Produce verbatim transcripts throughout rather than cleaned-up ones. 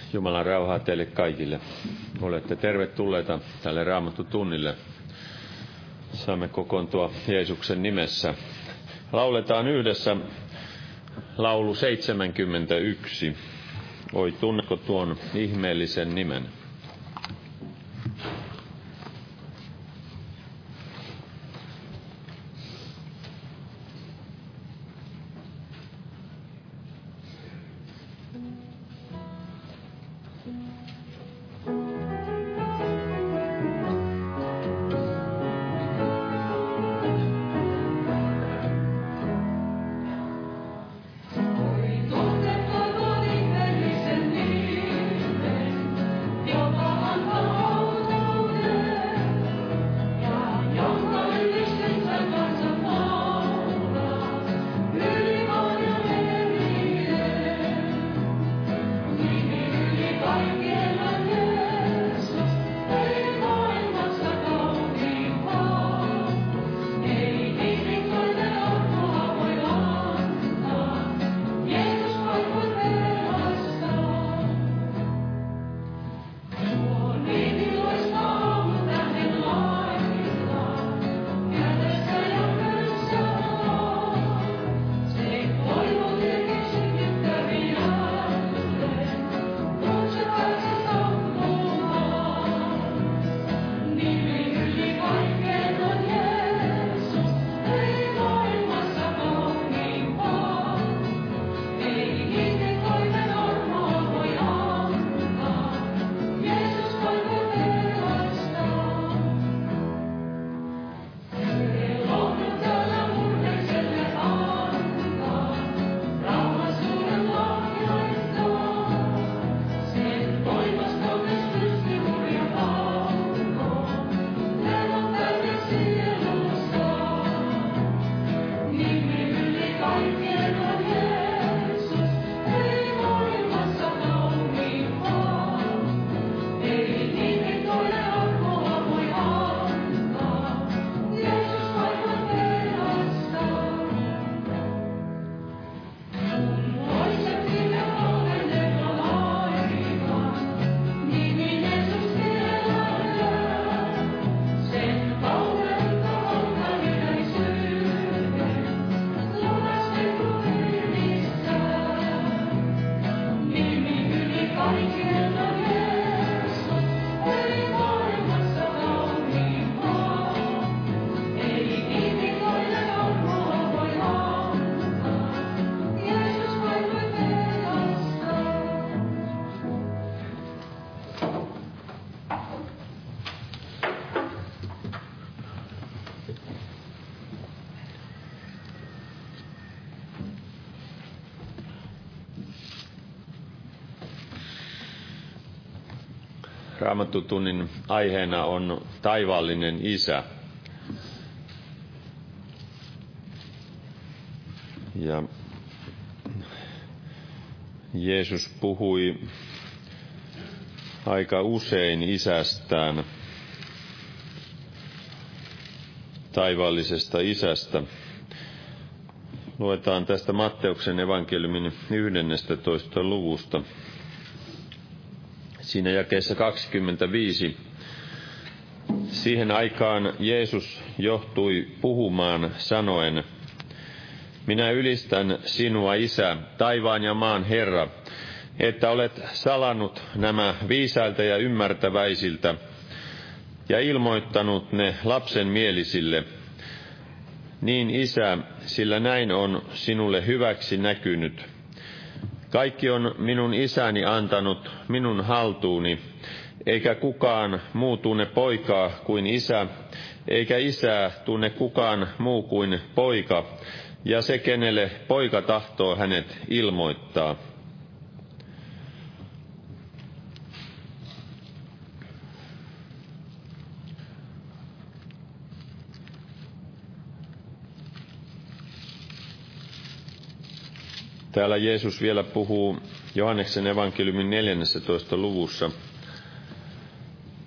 Jumalan rauhaa teille kaikille. Olette tervetulleita tälle Raamattu-tunnille. Saamme kokoontua Jeesuksen nimessä. Lauletaan yhdessä laulu seitsemänkymmentäyksi. Oi, tunnetko tuon ihmeellisen nimen? Raamattutunnin aiheena on taivaallinen Isä. Ja Jeesus puhui aika usein Isästään, taivaallisesta Isästä. Luetaan tästä Matteuksen evankeliumin yhdennestätoista luvusta. Siinä jakeessa kaksikymmentäviisi. Siihen aikaan Jeesus johtui puhumaan sanoen: Minä ylistän sinua, Isä, taivaan ja maan Herra, että olet salannut nämä viisailta ja ymmärtäväisiltä ja ilmoittanut ne lapsen mielisille. Niin, Isä, sillä näin on sinulle hyväksi näkynyt. Kaikki on minun Isäni antanut minun haltuuni, eikä kukaan muu tunne poikaa kuin Isä, eikä Isää tunne kukaan muu kuin poika, ja se, kenelle poika tahtoo hänet ilmoittaa. Täällä Jeesus vielä puhuu Johanneksen evankeliumin neljännessä luvussa.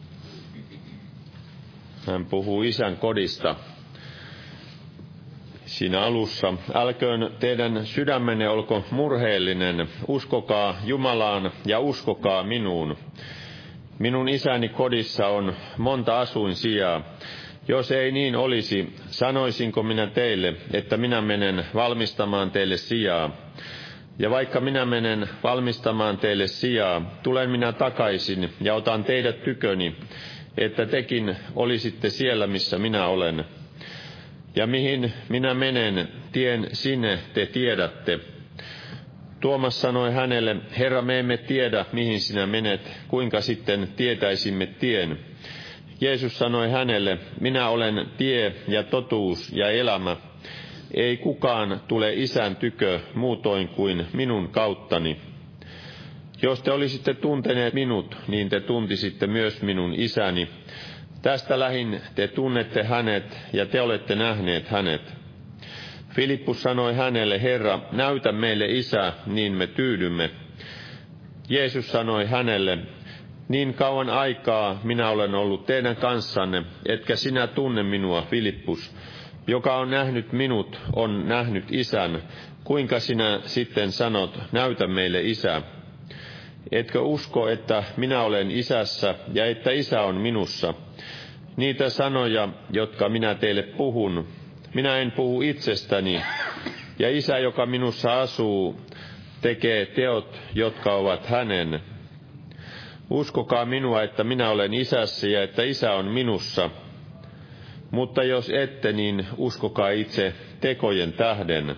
Hän puhuu Isän kodista. siinä alussa. Älköön teidän sydämenne olko murheellinen, uskokaa Jumalaan ja uskokaa minuun. Minun isäni kodissa on monta asuinsijaa. Jos ei niin olisi, sanoisinko minä teille, että minä menen valmistamaan teille sijaa. Ja vaikka minä menen valmistamaan teille sijaa, tulen minä takaisin ja otan teidät tyköni, että tekin olisitte siellä, missä minä olen. Ja mihin minä menen, tien sinne te tiedätte. Tuomas sanoi hänelle, Herra, me emme tiedä, mihin sinä menet, kuinka sitten tietäisimme tien. Jeesus sanoi hänelle, minä olen tie ja totuus ja elämä. Ei kukaan tule Isän tykö muutoin kuin minun kauttani. Jos te olisitte tunteneet minut, niin te tuntisitte myös minun isäni. Tästä lähin te tunnette hänet ja te olette nähneet hänet. Filippus sanoi hänelle, Herra, näytä meille Isä, niin me tyydymme. Jeesus sanoi hänelle, niin kauan aikaa minä olen ollut teidän kanssanne, etkä sinä tunne minua, Filippus. Joka on nähnyt minut, on nähnyt Isän. Kuinka sinä sitten sanot, näytä meille Isä? Etkö usko, että minä olen Isässä ja että Isä on minussa? Niitä sanoja, jotka minä teille puhun, minä en puhu itsestäni, ja Isä, joka minussa asuu, tekee teot, jotka ovat hänen. Uskokaa minua, että minä olen Isässä ja että Isä on minussa. Mutta jos ette, niin uskokaa itse tekojen tähden.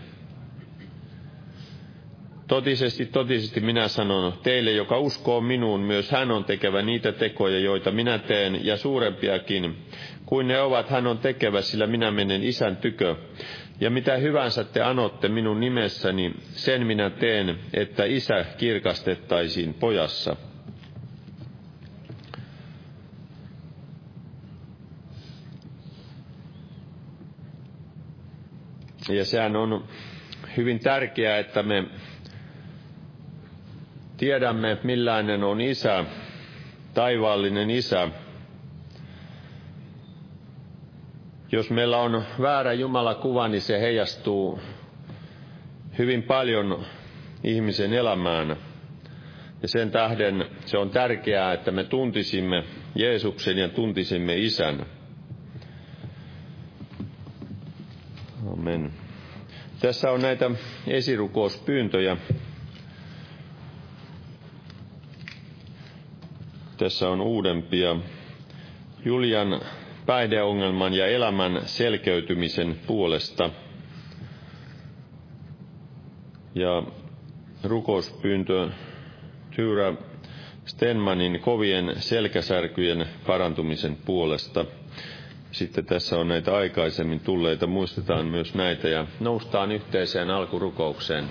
Totisesti, totisesti minä sanon teille, joka uskoo minuun, myös hän on tekevä niitä tekoja, joita minä teen, ja suurempiakin kuin ne ovat, hän on tekevä, sillä minä menen Isän tykö. Ja mitä hyvänsä te anotte minun nimessäni, sen minä teen, että Isä kirkastettaisiin pojassa. Ja sehän on hyvin tärkeää, että me tiedämme, millainen on Isä, taivaallinen Isä. Jos meillä on väärä Jumalakuva, niin se heijastuu hyvin paljon ihmisen elämään. Ja sen tähden se on tärkeää, että me tuntisimme Jeesuksen ja tuntisimme Isän. Amen. Tässä on näitä esirukouspyyntöjä. Tässä on uudempia. Julian päihdeongelman ja elämän selkeytymisen puolesta. Ja rukouspyyntö Tyra Stenmanin kovien selkäsärkyjen parantumisen puolesta. Sitten tässä on näitä aikaisemmin tulleita, muistetaan myös näitä ja noustaan yhteiseen alkurukoukseen.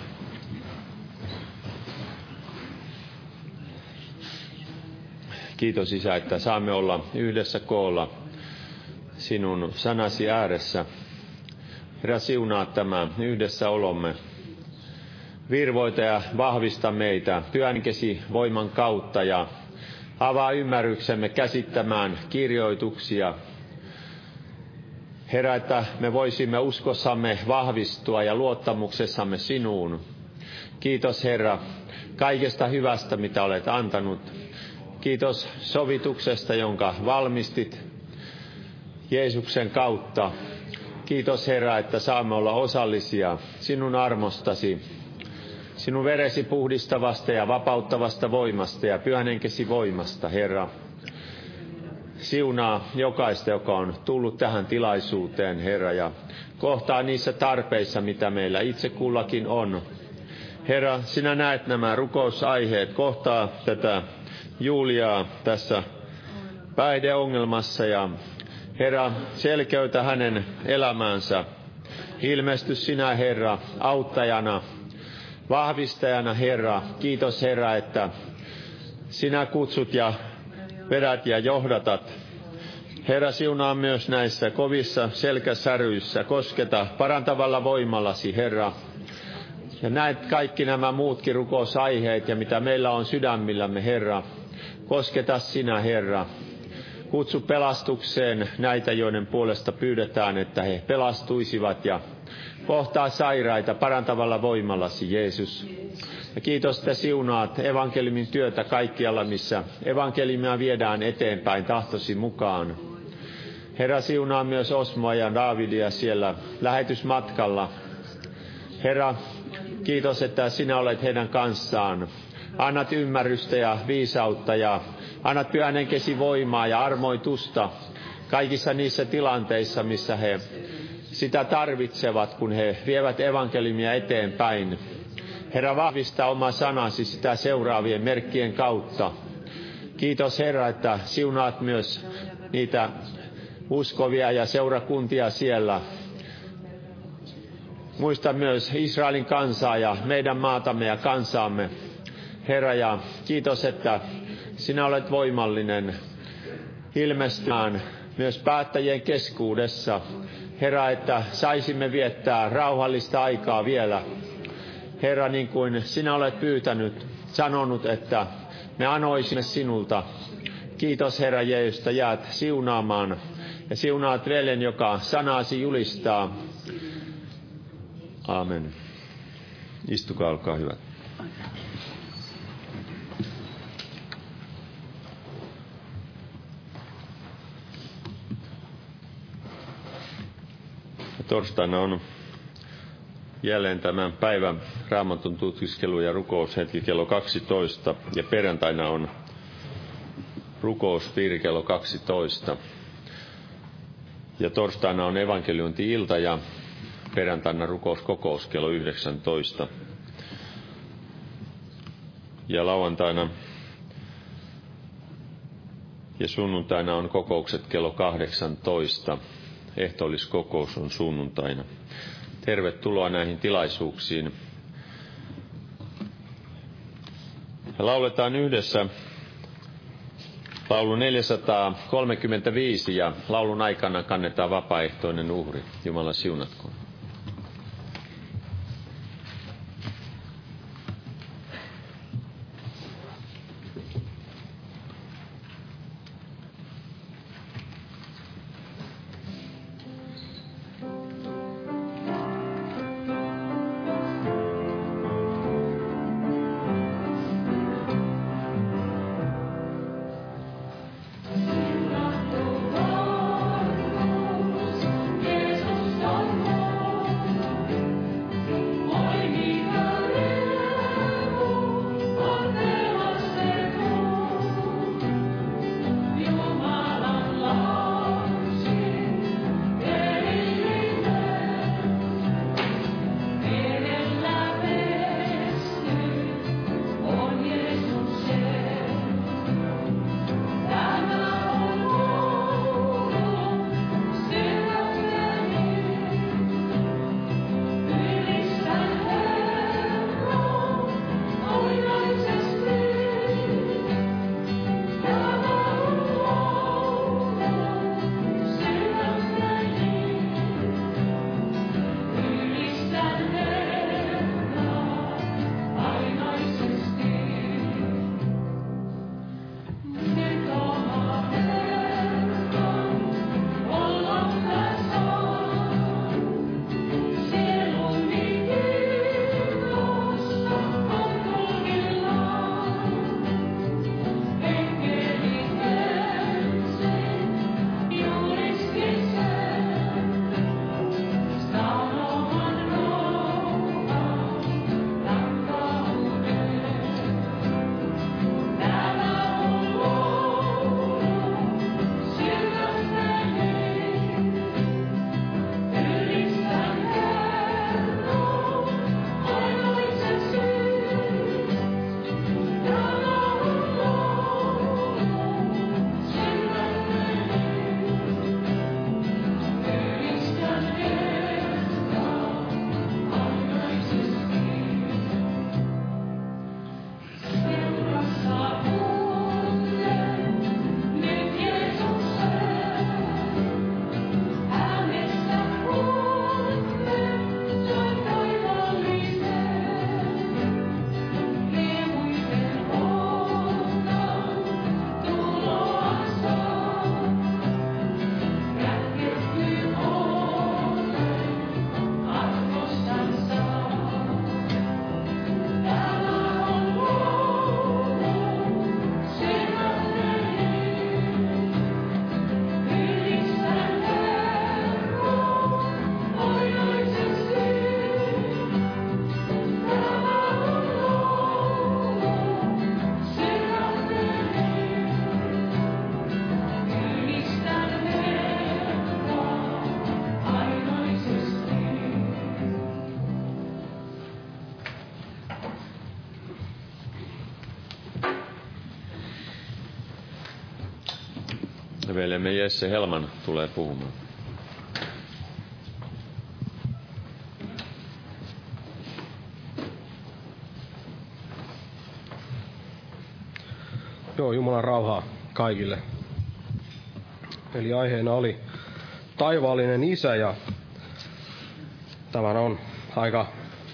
Kiitos Isä, että saamme olla yhdessä koolla sinun sanasi ääressä. Herra, siunaa tämä yhdessä olomme. Virvoita ja vahvista meitä Pyhänkesi voiman kautta ja avaa ymmärryksemme käsittämään kirjoituksia. Herra, että me voisimme uskossamme vahvistua ja luottamuksessamme sinuun. Kiitos Herra kaikesta hyvästä, mitä olet antanut. Kiitos sovituksesta, jonka valmistit Jeesuksen kautta. Kiitos Herra, että saamme olla osallisia sinun armostasi, sinun veresi puhdistavasta ja vapauttavasta voimasta ja Pyhän Henkesi voimasta, Herra. Siunaa jokaista, joka on tullut tähän tilaisuuteen, Herra, ja kohtaa niissä tarpeissa, mitä meillä itse kullakin on. Herra, sinä näet nämä rukousaiheet, kohtaa tätä Juliaa tässä päihdeongelmassa ja Herra, selkeytä hänen elämäänsä. Ilmesty sinä, Herra, auttajana, vahvistajana, Herra. Kiitos, Herra, että sinä kutsut ja vedät ja johdatat. Herra, siunaa myös näissä kovissa selkäsäryissä. Kosketa parantavalla voimallasi, Herra. Ja näet kaikki nämä muutkin rukousaiheet ja mitä meillä on sydämillämme, Herra. Kosketa sinä, Herra. Kutsu pelastukseen näitä, joiden puolesta pyydetään, että he pelastuisivat ja kohtaa sairaita parantavalla voimallasi, Jeesus. Ja kiitos, että siunaat evankeliumin työtä kaikkialla, missä evankeliumia viedään eteenpäin tahtosi mukaan. Herra, siunaa myös Osmoa ja Davidia siellä lähetysmatkalla. Herra, kiitos, että sinä olet heidän kanssaan. Annat ymmärrystä ja viisautta ja annat Pyhän Henkesi voimaa ja armoitusta kaikissa niissä tilanteissa, missä he sitä tarvitsevat, kun he vievät evankeliumia eteenpäin. Herra, vahvista oma sanasi sitä seuraavien merkkien kautta. Kiitos, Herra, että siunaat myös niitä uskovia ja seurakuntia siellä. Muista myös Israelin kansaa ja meidän maatamme ja kansaamme. Herra, ja kiitos, että sinä olet voimallinen ilmestymään myös päättäjien keskuudessa. Herra, että saisimme viettää rauhallista aikaa vielä. Herra, niin kuin sinä olet pyytänyt, sanonut, että me anoisimme sinulta. Kiitos, Herra Jeesus, että jäät siunaamaan ja siunaat veljen, joka sanasi julistaa. Aamen. Istukaa, olkaa hyvät. Torstaina on jälleen tämän päivän Raamatun tutkiskelu ja rukoushetki kello kaksitoista ja perjantaina on rukouspiiri kello kaksitoista. Ja torstaina on evankeliointi-ilta ja perjantaina rukouskokous kello yhdeksäntoista. Ja lauantaina ja sunnuntaina on kokoukset kello kahdeksantoista. Ehtoolliskokous on sunnuntaina. Tervetuloa näihin tilaisuuksiin. Lauletaan yhdessä laulu neljäsataakolmekymmentäviisi ja laulun aikana kannetaan vapaaehtoinen uhri. Jumala siunatkoon. Jeesus on Ja veljemme Jesse Helman tulee puhumaan. Joo, Jumalan rauhaa kaikille. Eli aiheena oli taivaallinen Isä, ja tämä on aika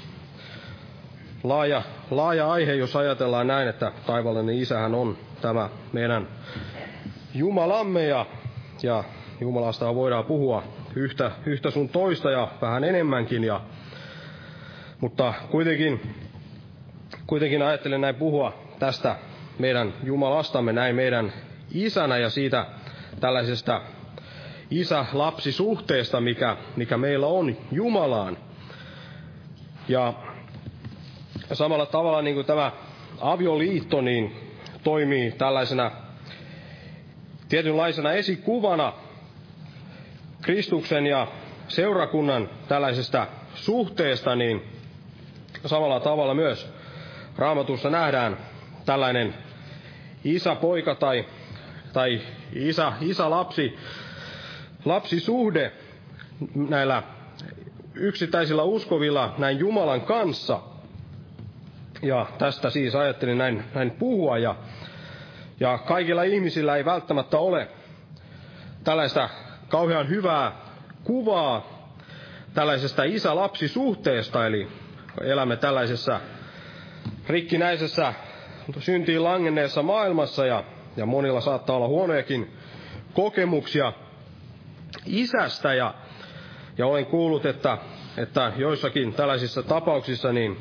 laaja, laaja aihe, jos ajatellaan näin, että taivaallinen Isähän on tämä meidän Jumalamme, ja, ja Jumalasta voidaan puhua yhtä, yhtä sun toista ja vähän enemmänkin, ja, mutta kuitenkin, kuitenkin ajattelen näin puhua tästä meidän Jumalastamme näin meidän Isänä ja siitä tällaisesta isä-lapsi-suhteesta, mikä, mikä meillä on Jumalaan. Ja samalla tavalla niin kuin tämä avioliitto niin toimii tällaisena tietynlaisena esikuvana Kristuksen ja seurakunnan tällaisesta suhteesta, niin samalla tavalla myös Raamatussa nähdään tällainen isä-poika tai, tai isä, isä-lapsi lapsisuhde näillä yksittäisillä uskovilla näin Jumalan kanssa. Ja tästä siis ajattelin näin, näin puhua. Ja, ja kaikilla ihmisillä ei välttämättä ole tällaista kauhean hyvää kuvaa tällaisesta isä-lapsisuhteesta. Eli elämme tällaisessa rikkinäisessä syntiin langenneessa maailmassa, ja, ja monilla saattaa olla huonojakin kokemuksia isästä, ja, ja olen kuullut, että, että joissakin tällaisissa tapauksissa niin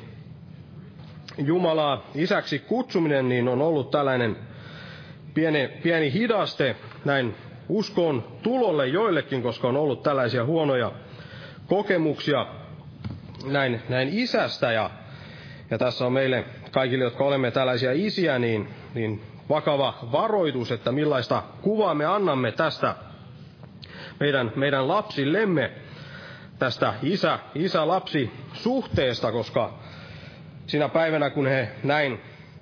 Jumalaa isäksi kutsuminen niin on ollut tällainen pieni, pieni hidaste näin uskon tulolle joillekin, koska on ollut tällaisia huonoja kokemuksia näin, näin isästä, ja, ja tässä on meille kaikille, jotka olemme tällaisia isiä, niin, niin vakava varoitus, että millaista kuvaa me annamme tästä meidän, meidän lapsillemme, tästä isä, isä-lapsi-suhteesta, koska sinä päivänä, kun he näin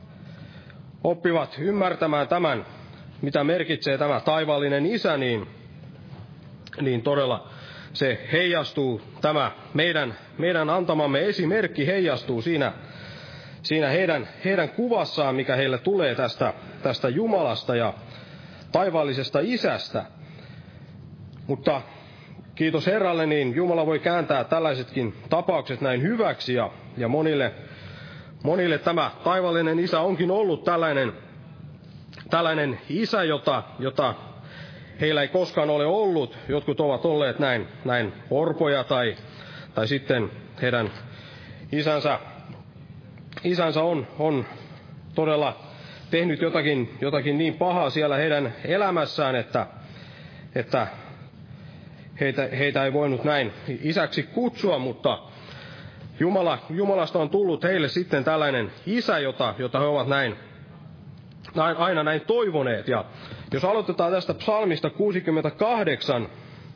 oppivat ymmärtämään tämän, mitä merkitsee tämä taivaallinen Isä, niin, niin todella se heijastuu, tämä meidän, meidän antamamme esimerkki heijastuu siinä, siinä heidän, heidän kuvassaan, mikä heille tulee tästä, tästä Jumalasta ja taivaallisesta Isästä. Mutta kiitos Herralle, niin Jumala voi kääntää tällaisetkin tapaukset näin hyväksi, ja, ja monille, monille tämä taivaallinen Isä onkin ollut tällainen, tällainen Isä, jota, jota heillä ei koskaan ole ollut. Jotkut ovat olleet näin, näin orpoja, tai, tai sitten heidän isänsä, isänsä on, on todella tehnyt jotakin, jotakin niin pahaa siellä heidän elämässään, että, että heitä, heitä ei voinut näin isäksi kutsua, mutta Jumala, Jumalasta on tullut heille sitten tällainen Isä, jota, jota he ovat näin, näin, aina näin toivoneet. Ja jos aloitetaan tästä psalmista kuusikymmentäkahdeksan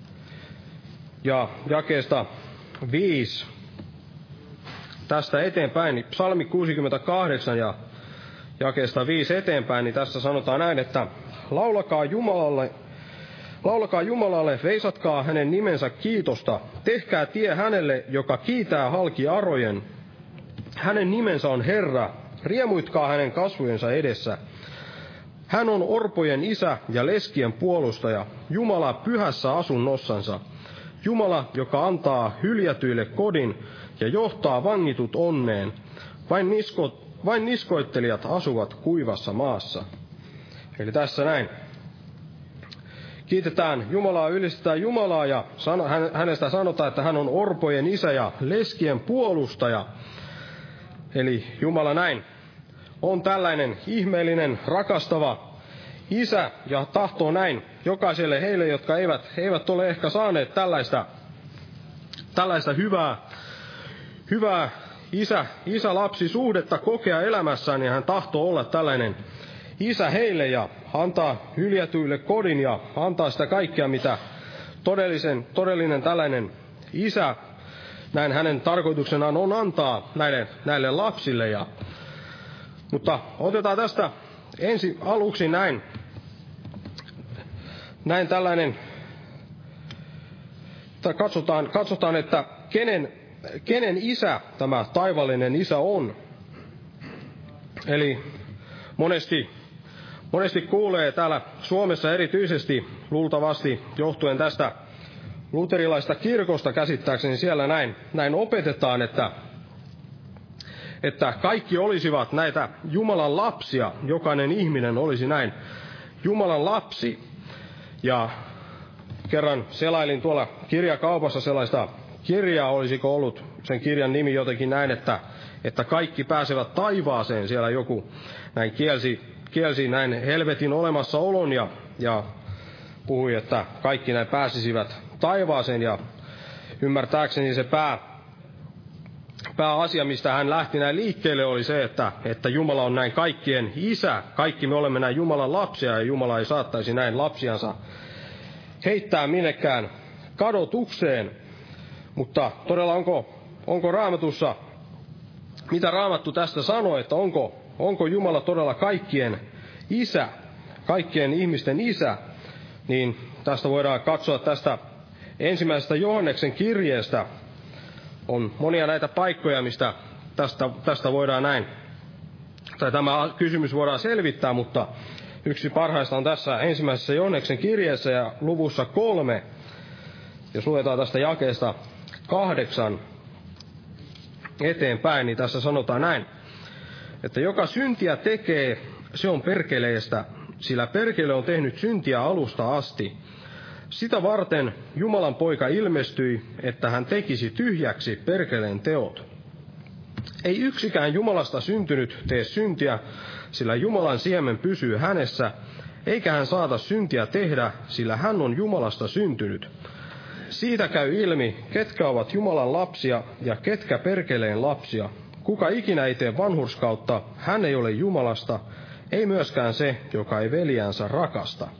ja jakeesta viisi tästä eteenpäin, niin psalmi kuusikymmentäkahdeksan ja jakeesta viisi eteenpäin, niin tässä sanotaan näin, että laulakaa Jumalalle, laulakaa Jumalalle, veisatkaa hänen nimensä kiitosta, tehkää tie hänelle, joka kiitää halki arojen. Hänen nimensä on Herra, riemuitkaa hänen kasvojensa edessä. Hän on orpojen Isä ja leskien puolustaja, Jumala pyhässä asunnossansa. Jumala, joka antaa hyljätyille kodin ja johtaa vangitut onneen. Vain, nisko, vain niskoittelijat asuvat kuivassa maassa. Eli tässä näin. Kiitetään Jumalaa, ylistetään Jumalaa, ja sano, hänestä sanotaan, että hän on orpojen Isä ja leskien puolustaja. Eli Jumala näin on tällainen ihmeellinen, rakastava Isä, ja tahtoo näin jokaiselle heille, jotka eivät, eivät ole ehkä saaneet tällaista, tällaista hyvää, hyvää isä, isä-lapsi-suhdetta kokea elämässään, niin hän tahtoo olla tällainen Isä heille ja antaa hyljätyille kodin ja antaa sitä kaikkea, mitä todellisen, todellinen tällainen Isä, näin hänen tarkoituksenaan on antaa näille, näille lapsille. Ja, mutta otetaan tästä ensin aluksi näin, näin tällainen, tai katsotaan, katsotaan, että kenen, kenen isä tämä taivallinen isä on. Eli monesti, monesti kuulee täällä Suomessa erityisesti, luultavasti johtuen tästä luterilaista kirkosta käsittääkseni, siellä näin, näin opetetaan, että, että kaikki olisivat näitä Jumalan lapsia, jokainen ihminen olisi näin Jumalan lapsi. Ja kerran selailin tuolla kirjakaupassa sellaista kirjaa, olisiko ollut sen kirjan nimi jotenkin näin, että, että kaikki pääsevät taivaaseen. Siellä joku näin kielsi, kielsi näin helvetin olemassaolon ja, ja puhui, että kaikki näin pääsisivät taivaaseen. Ja ymmärtääkseni se pää, pääasia, mistä hän lähti näin liikkeelle, oli se, että, että Jumala on näin kaikkien isä. Kaikki me olemme näin Jumalan lapsia ja Jumala ei saattaisi näin lapsiansa heittää minnekään kadotukseen. Mutta todella onko, onko Raamatussa, mitä Raamattu tästä sanoo, että onko, onko Jumala todella kaikkien isä, kaikkien ihmisten isä, niin tästä voidaan katsoa tästä ensimmäisestä Johanneksen kirjeestä. On monia näitä paikkoja, mistä tästä, tästä voidaan näin, tai tämä kysymys voidaan selvittää, mutta yksi parhaista on tässä ensimmäisessä Johanneksen kirjeessä ja luvussa kolme. Jos luetaan tästä jakeesta kahdeksan eteenpäin, niin tässä sanotaan näin, että joka syntiä tekee, se on perkeleestä, sillä perkele on tehnyt syntiä alusta asti. Sitä varten Jumalan poika ilmestyi, että hän tekisi tyhjäksi perkeleen teot. Ei yksikään Jumalasta syntynyt tee syntiä, sillä Jumalan siemen pysyy hänessä, eikä hän saata syntiä tehdä, sillä hän on Jumalasta syntynyt. Siitä käy ilmi, ketkä ovat Jumalan lapsia ja ketkä perkeleen lapsia. Kuka ikinä ei tee vanhurskautta, hän ei ole Jumalasta, ei myöskään se, joka ei veljäänsä rakasta.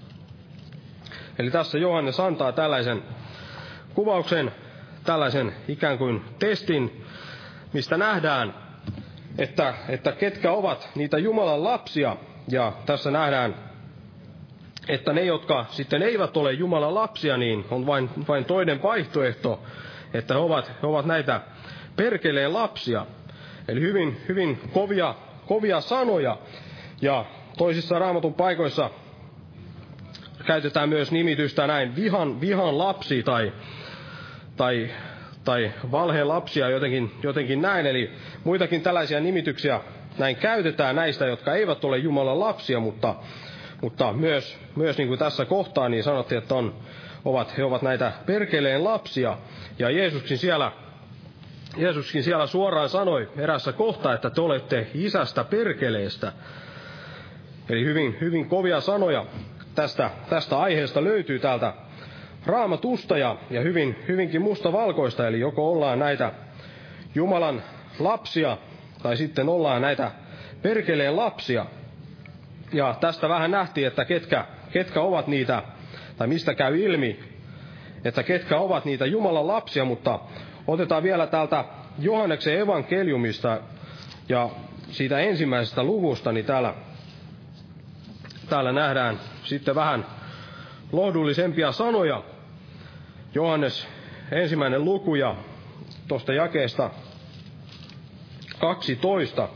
Eli tässä Johannes antaa tällaisen kuvauksen, tällaisen ikään kuin testin, mistä nähdään, että, että ketkä ovat niitä Jumalan lapsia. Ja tässä nähdään, että ne, jotka sitten eivät ole Jumalan lapsia, niin on vain, vain toinen vaihtoehto, että he ovat, he ovat näitä perkeleen lapsia. Eli hyvin, hyvin kovia, kovia sanoja. Ja toisissa Raamatun paikoissa käytetään myös nimitystä näin vihan, vihan lapsi tai, tai, tai valheen lapsia, jotenkin, jotenkin näin. Eli muitakin tällaisia nimityksiä näin käytetään näistä, jotka eivät ole Jumalan lapsia, mutta, mutta myös, myös niin kuin tässä kohtaa niin sanottiin, että on, ovat, he ovat näitä perkeleen lapsia. Ja Jeesuskin siellä, Jeesuskin siellä suoraan sanoi erässä kohtaa, että te olette isästä perkeleestä. Eli hyvin, hyvin kovia sanoja tästä, tästä aiheesta löytyy täältä Raamatusta ja, ja hyvin, hyvinkin mustavalkoista. Eli joko ollaan näitä Jumalan lapsia tai sitten ollaan näitä perkeleen lapsia. Ja tästä vähän nähtiin, että ketkä, ketkä ovat niitä, tai mistä käy ilmi, että ketkä ovat niitä Jumalan lapsia, mutta otetaan vielä täältä Johanneksen evankeliumista ja siitä ensimmäisestä luvusta, niin täällä, täällä nähdään sitten vähän lohdullisempia sanoja. Johannes ensimmäinen luku ja tuosta jakeesta kaksitoista.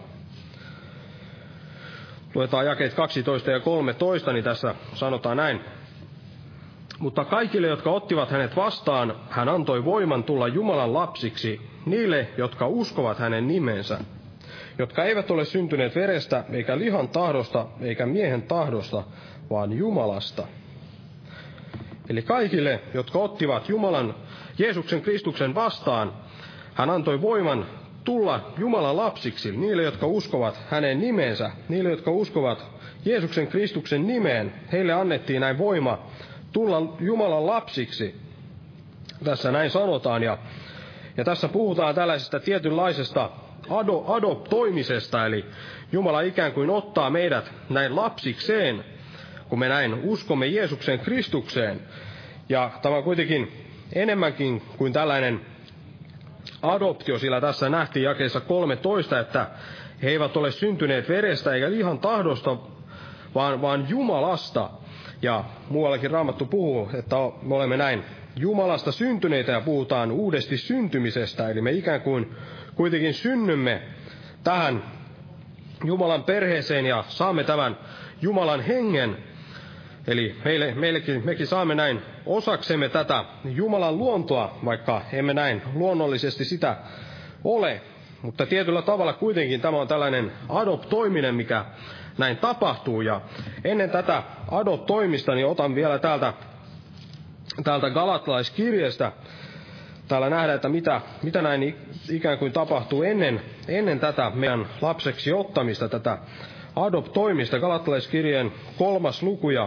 Luetaan jakeet kaksitoista ja kolmetoista, niin tässä sanotaan näin. Mutta kaikille, jotka ottivat hänet vastaan, hän antoi voiman tulla Jumalan lapsiksi, niille, jotka uskovat hänen nimensä, jotka eivät ole syntyneet verestä, eikä lihan tahdosta, eikä miehen tahdosta, vaan Jumalasta. Eli kaikille, jotka ottivat Jumalan, Jeesuksen Kristuksen vastaan, hän antoi voiman tulla Jumalan lapsiksi, niille, jotka uskovat hänen nimensä, niille, jotka uskovat Jeesuksen Kristuksen nimeen, heille annettiin näin voima tulla Jumalan lapsiksi. Tässä näin sanotaan, ja, ja tässä puhutaan tällaisesta tietynlaisesta ado, adoptoimisesta, eli Jumala ikään kuin ottaa meidät näin lapsikseen, kun me näin uskomme Jeesuksen Kristukseen. Ja tämä on kuitenkin enemmänkin kuin tällainen adoptio, sillä tässä nähtiin jakeessa kolmetoista, että he eivät ole syntyneet verestä eikä lihan tahdosta, vaan, vaan Jumalasta. Ja muuallakin Raamattu puhuu, että me olemme näin Jumalasta syntyneitä ja puhutaan uudesti syntymisestä. Eli me ikään kuin kuitenkin synnymme tähän Jumalan perheeseen ja saamme tämän Jumalan hengen. Eli meille, meillekin, mekin saamme näin osaksemme tätä Jumalan luontoa, vaikka emme näin luonnollisesti sitä ole. Mutta tietyllä tavalla kuitenkin tämä on tällainen adoptoiminen, mikä näin tapahtuu. Ja ennen tätä adoptoimista niin otan vielä täältä, täältä Galatalaiskirjeestä. Täällä nähdään, että mitä, mitä näin ikään kuin tapahtuu ennen, ennen tätä meidän lapseksi ottamista, tätä adoptoimista. Galatalaiskirjeen kolmas luku ja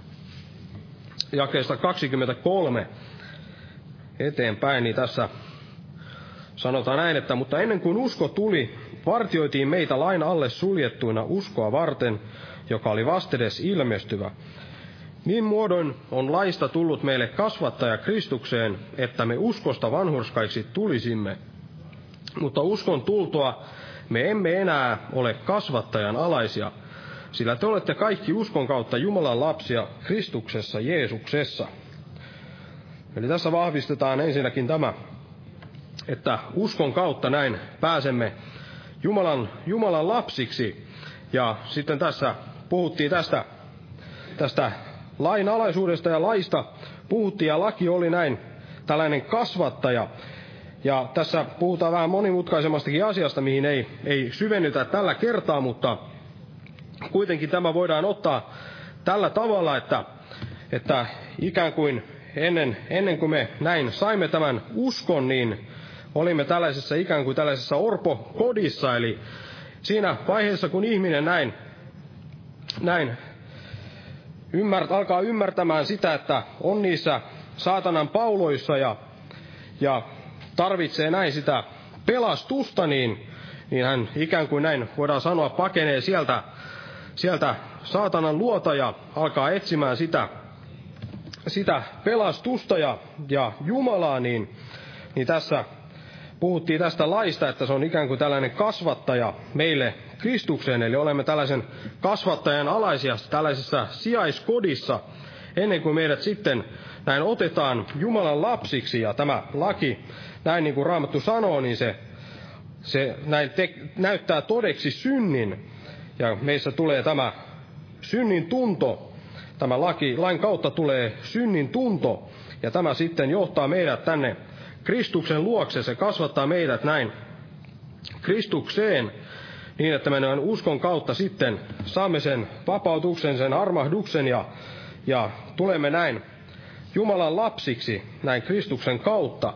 jakeesta kaksikymmentäkolme eteenpäin, niin tässä sanotaan näin, että mutta ennen kuin usko tuli, vartioitiin meitä lain alle suljettuina uskoa varten, joka oli vastedes ilmestyvä. Niin muodoin on laista tullut meille kasvattaja Kristukseen, että me uskosta vanhurskaiksi tulisimme. Mutta uskon tultoa me emme enää ole kasvattajan alaisia, sillä te olette kaikki uskon kautta Jumalan lapsia Kristuksessa Jeesuksessa. Eli tässä vahvistetaan ensinnäkin tämä, että uskon kautta näin pääsemme Jumalan, Jumalan lapsiksi. Ja sitten tässä puhuttiin tästä, tästä lainalaisuudesta ja laista puhuttiin, ja laki oli näin tällainen kasvattaja. Ja tässä puhutaan vähän monimutkaisemmastakin asiasta, mihin ei, ei syvennytä tällä kertaa, mutta kuitenkin tämä voidaan ottaa tällä tavalla, että, että ikään kuin ennen, ennen kuin me näin saimme tämän uskon, niin olimme tällaisessa ikään kuin tällaisessa orpokodissa, eli siinä vaiheessa, kun ihminen näin, näin ymmärtää, alkaa ymmärtämään sitä, että on niissä saatanan pauloissa ja, ja tarvitsee näin sitä pelastusta, niin, niin hän ikään kuin näin voidaan sanoa pakenee sieltä, sieltä saatanan luota ja alkaa etsimään sitä, sitä pelastusta ja, ja Jumalaa, niin, niin tässä puhuttiin tästä laista, että se on ikään kuin tällainen kasvattaja meille Kristukseen, eli olemme tällaisen kasvattajan alaisia tällaisessa sijaiskodissa, ennen kuin meidät sitten näin otetaan Jumalan lapsiksi, ja tämä laki, näin niin kuin Raamattu sanoo, niin se, se näin te, näyttää todeksi synnin, ja meissä tulee tämä synnin tunto, tämä laki, lain kautta tulee synnin tunto, ja tämä sitten johtaa meidät tänne Kristuksen luokse, se kasvattaa meidät näin Kristukseen, niin että me näin uskon kautta sitten saamme sen vapautuksen, sen armahduksen, ja, ja tulemme näin Jumalan lapsiksi näin Kristuksen kautta.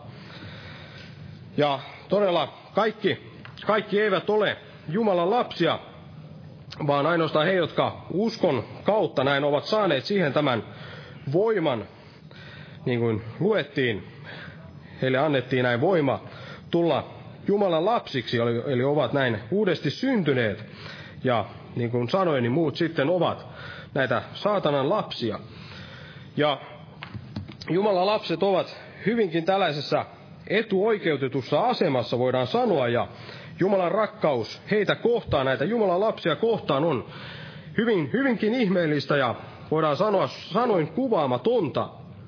Ja todella kaikki, kaikki eivät ole Jumalan lapsia, vaan ainoastaan he, jotka uskon kautta näin ovat saaneet siihen tämän voiman, niin kuin luettiin, heille annettiin näin voima tulla Jumalan lapsiksi, eli ovat näin uudesti syntyneet. Ja niin kuin sanoin, niin muut sitten ovat näitä saatanan lapsia. Ja Jumalan lapset ovat hyvinkin tällaisessa etuoikeutetussa asemassa, voidaan sanoa, ja Jumalan rakkaus heitä kohtaan, näitä Jumalan lapsia kohtaan on hyvin, hyvinkin ihmeellistä ja voidaan sanoa sanoin kuvaamatonta.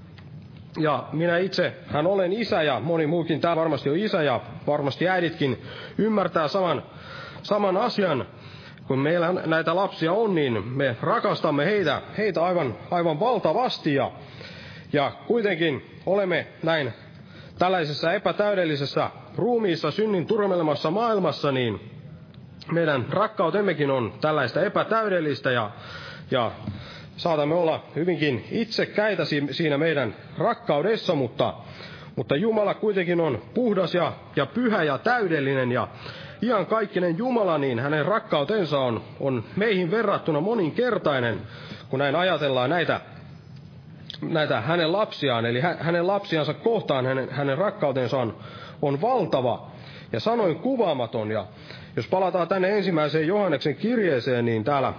Ja minä itse, hän olen isä ja moni muukin täällä varmasti on isä ja varmasti äiditkin ymmärtää saman, saman asian. Kun meillä näitä lapsia on, niin me rakastamme heitä, heitä aivan, aivan valtavasti ja, ja kuitenkin olemme näin tällaisessa epätäydellisessä ruumiissa synnin turmelemassa maailmassa, niin meidän rakkautemmekin on tällaista epätäydellistä ja, ja saatamme olla hyvinkin itsekäitä siinä meidän rakkaudessa, mutta, mutta Jumala kuitenkin on puhdas ja, ja pyhä ja täydellinen ja iankaikkinen Jumala, niin hänen rakkautensa on, on meihin verrattuna moninkertainen, kun näin ajatellaan näitä, näitä hänen lapsiaan, eli hänen lapsiansa kohtaan hänen, hänen rakkautensa on, on valtava ja sanoin kuvaamaton. Ja jos palataan tänne ensimmäiseen Johanneksen kirjeeseen, niin täällä,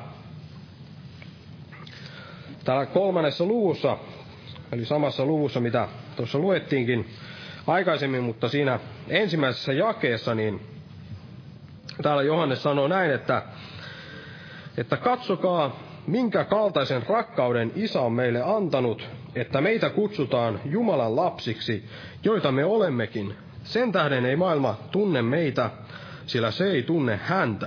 täällä kolmannessa luvussa, eli samassa luvussa, mitä tuossa luettiinkin aikaisemmin, mutta siinä ensimmäisessä jakeessa, niin täällä Johannes sanoo näin, että, että katsokaa, minkä kaltaisen rakkauden Isä on meille antanut, että meitä kutsutaan Jumalan lapsiksi, joita me olemmekin. Sen tähden ei maailma tunne meitä, sillä se ei tunne häntä.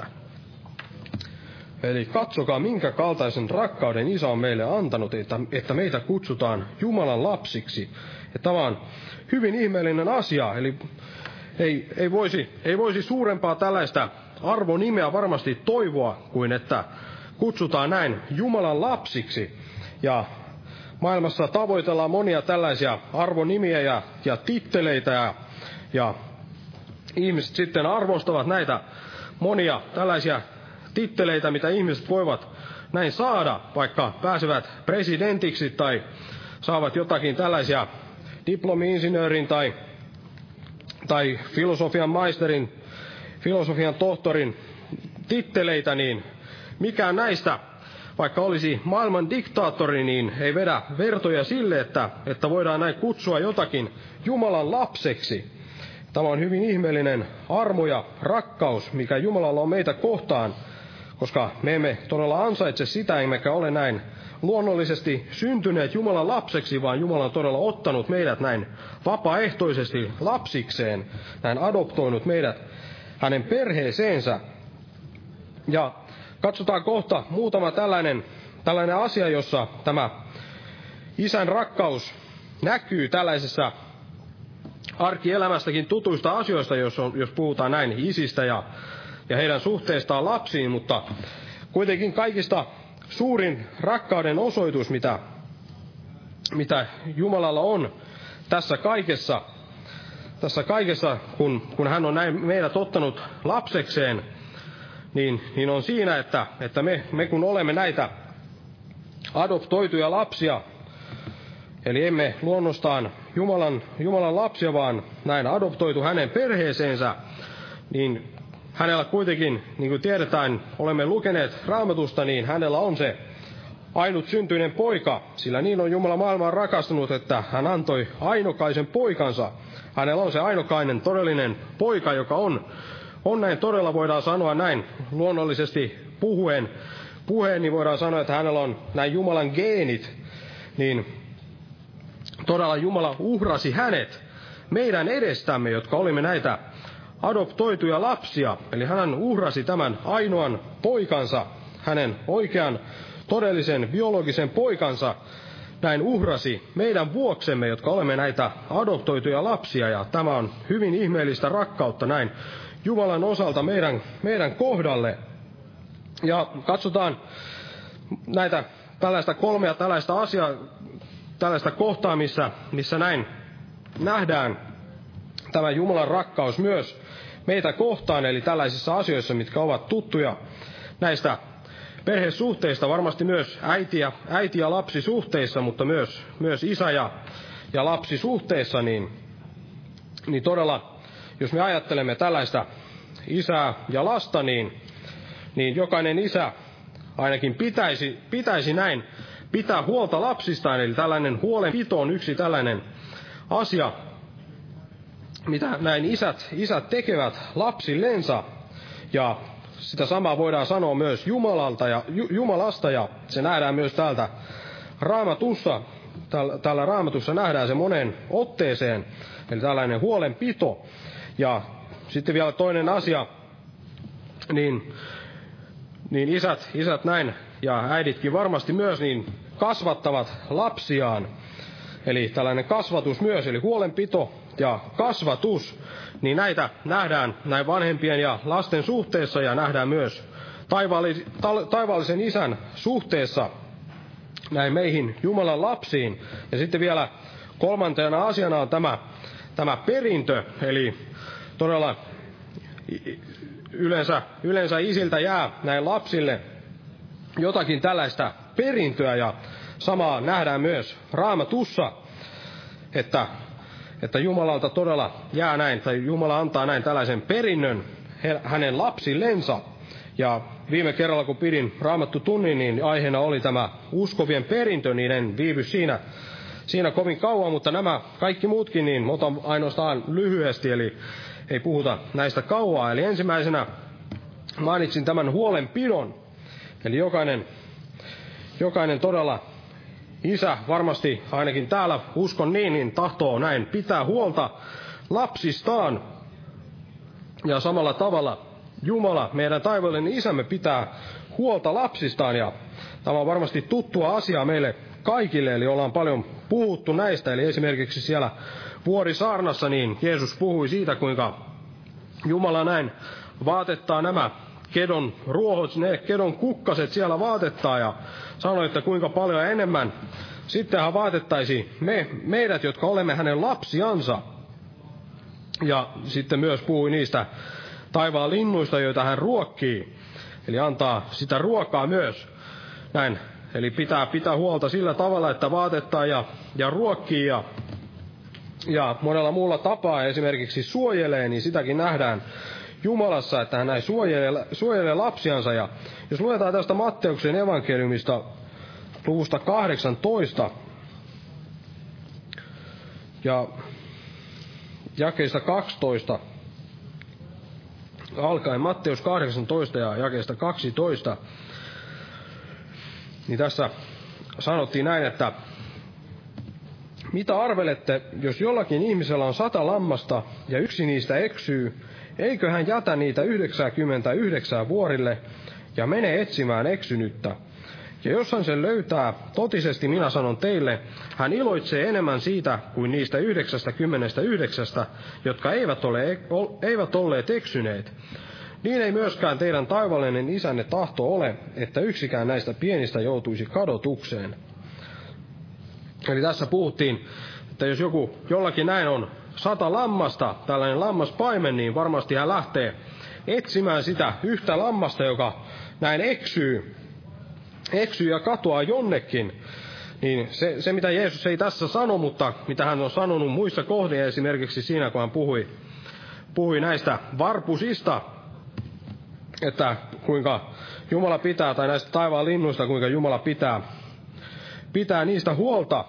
Eli katsokaa, minkä kaltaisen rakkauden Isä on meille antanut, että, että meitä kutsutaan Jumalan lapsiksi. Ja tämä on hyvin ihmeellinen asia, eli ei, ei, voisi, ei voisi suurempaa tällaista arvonimeä varmasti toivoa, kuin että kutsutaan näin Jumalan lapsiksi. Ja maailmassa tavoitellaan monia tällaisia arvonimiä ja, ja titteleitä, ja, ja ihmiset sitten arvostavat näitä monia tällaisia titteleitä, mitä ihmiset voivat näin saada, vaikka pääsevät presidentiksi tai saavat jotakin tällaisia diplomi-insinöörin tai, tai filosofian maisterin, filosofian tohtorin titteleitä, niin mikään näistä, vaikka olisi maailman diktaattori, niin ei vedä vertoja sille, että, että voidaan näin kutsua jotakin Jumalan lapseksi. Tämä on hyvin ihmeellinen armo ja rakkaus, mikä Jumalalla on meitä kohtaan, koska me emme todella ansaitse sitä, emmekä ole näin luonnollisesti syntyneet Jumalan lapseksi, vaan Jumala on todella ottanut meidät näin vapaaehtoisesti lapsikseen, näin adoptoinut meidät hänen perheeseensä. Ja katsotaan kohta muutama tällainen, tällainen asia, jossa tämä Isän rakkaus näkyy tällaisessa arkielämästäkin tutuista asioista, jos, on, jos puhutaan näin isistä ja, ja heidän suhteestaan lapsiin, mutta kuitenkin kaikista suurin rakkauden osoitus, mitä, mitä Jumalalla on tässä kaikessa, tässä kaikessa kun, kun hän on näin meidät ottanut lapsekseen, niin, niin on siinä, että, että me, me kun olemme näitä adoptoituja lapsia, eli emme luonnostaan Jumalan, Jumalan lapsia, vaan näin adoptoitu hänen perheeseensä, niin hänellä kuitenkin, niin kuin tiedetään, olemme lukeneet Raamatusta, niin hänellä on se ainut syntyinen poika, sillä niin on Jumala maailmaan rakastunut, että hän antoi ainokaisen poikansa. Hänellä on se ainokainen todellinen poika, joka on, on näin todella, voidaan sanoa näin luonnollisesti puhuen, puheen, niin voidaan sanoa, että hänellä on näin Jumalan geenit, niin todella Jumala uhrasi hänet meidän edestämme, jotka olimme näitä adoptoituja lapsia. Eli hän uhrasi tämän ainoan poikansa, hänen oikean todellisen biologisen poikansa, näin uhrasi meidän vuoksemme, jotka olemme näitä adoptoituja lapsia. Ja tämä on hyvin ihmeellistä rakkautta näin Jumalan osalta meidän, meidän kohdalle. Ja katsotaan näitä tällaista kolmea tällaista asiaa, tällaista kohtaa, missä, missä näin nähdään tämä Jumalan rakkaus myös meitä kohtaan, eli tällaisissa asioissa, mitkä ovat tuttuja näistä perhesuhteista, varmasti myös äiti ja, äiti ja lapsi suhteissa, mutta myös, myös isä ja, ja lapsi suhteessa, niin, niin todella, jos me ajattelemme tällaista isää ja lasta, niin, niin jokainen isä ainakin pitäisi, pitäisi näin pitää huolta lapsistaan, eli tällainen huolenpito on yksi tällainen asia, mitä näin isät, isät tekevät lapsillensa, ja sitä samaa voidaan sanoa myös Jumalalta ja, Jumalasta, ja se nähdään myös täältä Raamatussa, täällä, täällä Raamatussa nähdään se moneen otteeseen, eli tällainen huolenpito. Ja sitten vielä toinen asia, niin, niin isät, isät näin, ja äiditkin varmasti myös, niin kasvattavat lapsiaan, eli tällainen kasvatus myös, eli huolenpito ja kasvatus, niin näitä nähdään näin vanhempien ja lasten suhteessa ja nähdään myös taivaallis, ta, taivaallisen isän suhteessa näin meihin Jumalan lapsiin. Ja sitten vielä kolmantena asiana on tämä, tämä perintö, eli todella yleensä, yleensä isiltä jää näin lapsille jotakin tällaista perintöä, ja samaa nähdään myös Raamatussa, että että Jumalalta todella jää näin, tai Jumala antaa näin tällaisen perinnön hänen lapsillensa. Ja viime kerralla, kun pidin Raamattu tunnin, niin aiheena oli tämä uskovien perintö, niin en viivy siinä, siinä kovin kauan, mutta nämä kaikki muutkin, niin otan ainoastaan lyhyesti, eli ei puhuta näistä kauaa. Eli ensimmäisenä mainitsin tämän huolenpidon, eli jokainen, jokainen todella isä varmasti, ainakin täällä uskon niin, niin tahtoo näin pitää huolta lapsistaan. Ja samalla tavalla Jumala, meidän taivaallinen isämme, pitää huolta lapsistaan. Ja tämä on varmasti tuttua asiaa meille kaikille, eli ollaan paljon puhuttu näistä. Eli esimerkiksi siellä Vuorisaarnassa niin Jeesus puhui siitä, kuinka Jumala näin vaatettaa nämä kedon ruohot, ne kedon kukkaset siellä vaatettaa, ja sanoi, että kuinka paljon enemmän sitten hän vaatettaisi me, meidät, jotka olemme hänen lapsiansa. Ja sitten myös puhui niistä taivaan linnuista, joita hän ruokkii, eli antaa sitä ruokaa myös. Näin, eli pitää pitää huolta sillä tavalla, että vaatettaa ja, ja ruokkii ja, ja monella muulla tapaa esimerkiksi suojelee, niin sitäkin nähdään Jumalassa, että hän näin suojelee, suojelee lapsiansa. Ja jos luetaan tästä Matteuksen evankeliumista luvusta kahdeksantoista ja jakeista kaksitoista, alkaen Matteus kahdeksantoista ja jakeista kaksitoista, niin tässä sanottiin näin, että mitä arvelette, jos jollakin ihmisellä on sata lammasta ja yksi niistä eksyy, eikö hän jätä niitä yhdeksänkymmentäyhdeksän vuorille ja mene etsimään eksynyttä? Ja jos hän sen löytää, totisesti minä sanon teille, hän iloitsee enemmän siitä kuin niistä yhdeksästäkymmenestäyhdeksästä, jotka eivät, ole, eivät olleet eksyneet. Niin ei myöskään teidän taivaallinen isänne tahto ole, että yksikään näistä pienistä joutuisi kadotukseen. Eli tässä puhuttiin, että jos joku jollakin näin on sata lammasta, tällainen lammaspaimen, niin varmasti hän lähtee etsimään sitä yhtä lammasta, joka näin eksyy, eksyy ja katoaa jonnekin. Niin se, se, mitä Jeesus ei tässä sano, mutta mitä hän on sanonut muissa kohdissa, esimerkiksi siinä, kun hän puhui, puhui näistä varpusista, että kuinka Jumala pitää, tai näistä taivaan linnuista, kuinka Jumala pitää, pitää niistä huolta,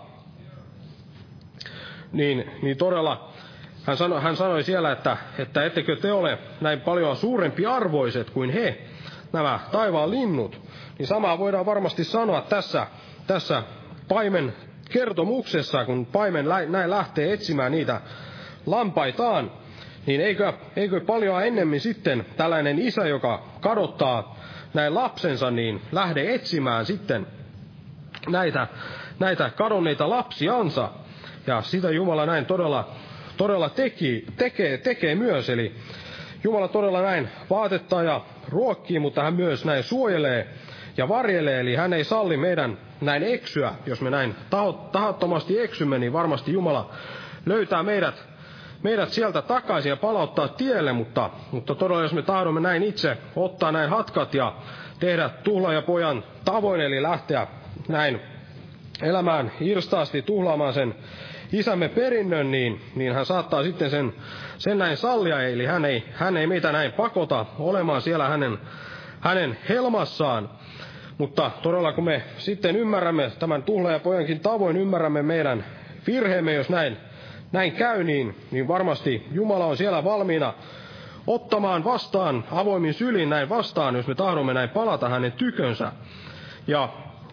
niin, niin todella hän sanoi, hän sanoi siellä, että, että ettekö te ole näin paljon suurempi arvoiset kuin he, nämä taivaan linnut. Niin samaa voidaan varmasti sanoa tässä, tässä paimen kertomuksessa, kun paimen lä, näin lähtee etsimään niitä lampaitaan, niin eikö, eikö paljon ennemmin sitten tällainen isä, joka kadottaa näin lapsensa, niin lähde etsimään sitten näitä, näitä kadonneita lapsiansa. Ja sitä Jumala näin todella, todella teki, tekee, tekee myös. Eli Jumala todella näin vaatettaa ja ruokkii, mutta hän myös näin suojelee ja varjelee. Eli hän ei salli meidän näin eksyä. Jos me näin tahattomasti eksymme, niin varmasti Jumala löytää meidät, meidät sieltä takaisin ja palauttaa tielle. Mutta, mutta todella jos me tahdomme näin itse ottaa näin hatkat ja tehdä tuhlaajapojan tavoin, eli lähteä näin elämään irstaasti tuhlaamaan sen isämme perinnön, niin, niin hän saattaa sitten sen, sen näin sallia, eli hän ei, hän ei meitä näin pakota olemaan siellä hänen, hänen helmassaan. Mutta todella kun me sitten ymmärrämme tämän tuhlaajapojankin tavoin, ymmärrämme meidän virheemme, jos näin, näin käy, niin, niin varmasti Jumala on siellä valmiina ottamaan vastaan avoimin sylin näin vastaan, jos me tahdomme näin palata hänen tykönsä. Ja,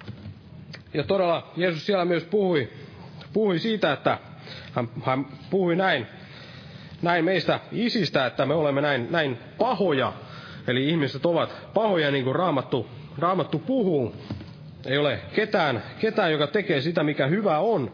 ja todella Jeesus siellä myös puhui, puhui siitä, että hän, hän puhui näin, näin meistä isistä, että me olemme näin, näin pahoja. Eli ihmiset ovat pahoja, niin kuin Raamattu, Raamattu puhuu. Ei ole ketään, ketään, joka tekee sitä, mikä hyvä on.